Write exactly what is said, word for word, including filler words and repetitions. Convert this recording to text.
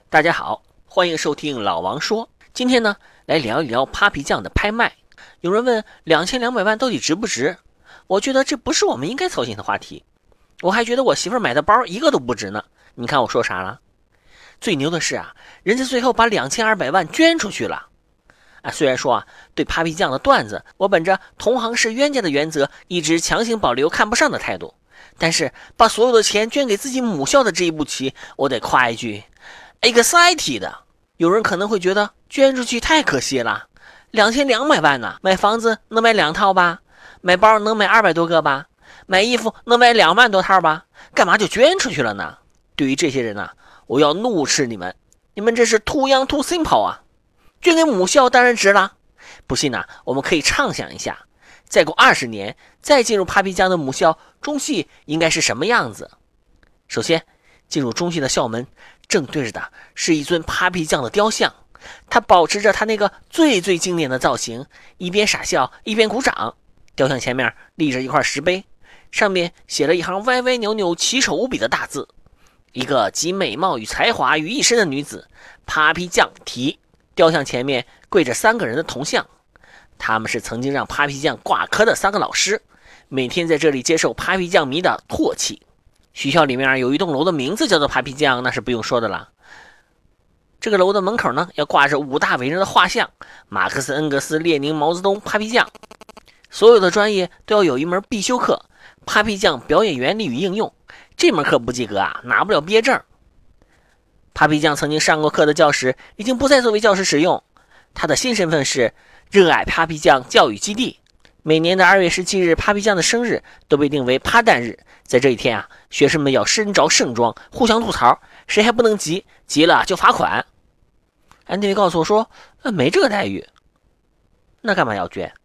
大家好，欢迎收听老王说。今天呢，来聊一聊 Papi 酱的拍卖。有人问两千两百万到底值不值？我觉得这不是我们应该操心的话题。我还觉得我媳妇买的包一个都不值呢。你看我说啥了？最牛的是啊，人家最后把两千二百万捐出去了。啊，虽然说啊，对 Papi 酱的段子，我本着同行是冤家的原则，一直强行保留看不上的态度。但是把所有的钱捐给自己母校的这一步棋，我得夸一句 excited。 有人可能会觉得捐出去太可惜了，两千两百万呢，买房子能买两套吧，买包能买二百多个吧，买衣服能买两万多套吧，干嘛就捐出去了呢？对于这些人啊，我要怒斥你们，你们这是 too young too simple 啊！捐给母校当然值了。不信呢，我们可以畅想一下，再过二十年，再进入 Papi 酱的母校中戏应该是什么样子？首先，进入中戏的校门，正对着的是一尊 Papi 酱的雕像，他保持着他那个最最经典的造型，一边傻笑一边鼓掌。雕像前面立着一块石碑，上面写了一行歪歪扭扭奇丑无比的大字，一个集美貌与才华于一身的女子 Papi 酱提。雕像前面跪着三个人的铜像，他们是曾经让 Papi 酱挂科的三个老师，每天在这里接受 Papi 酱迷的唾弃。学校里面有一栋楼的名字叫做 Papi 酱，那是不用说的了。这个楼的门口呢，要挂着五大伟人的画像，马克思、恩格斯、列宁、毛泽东、Papi 酱。所有的专业都要有一门必修课 Papi 酱表演原理与应用，这门课不及格啊，拿不了毕业证。Papi 酱曾经上过课的教室已经不再作为教室使用，他的新身份是热爱 Papi 酱教育基地。每年的二月十七日 Papi 酱的生日都被定为趴蛋日，在这一天啊，学生们要身着盛装，互相吐槽，谁还不能急，急了就罚款。安迪告诉我说、呃、没这个待遇，那干嘛要捐？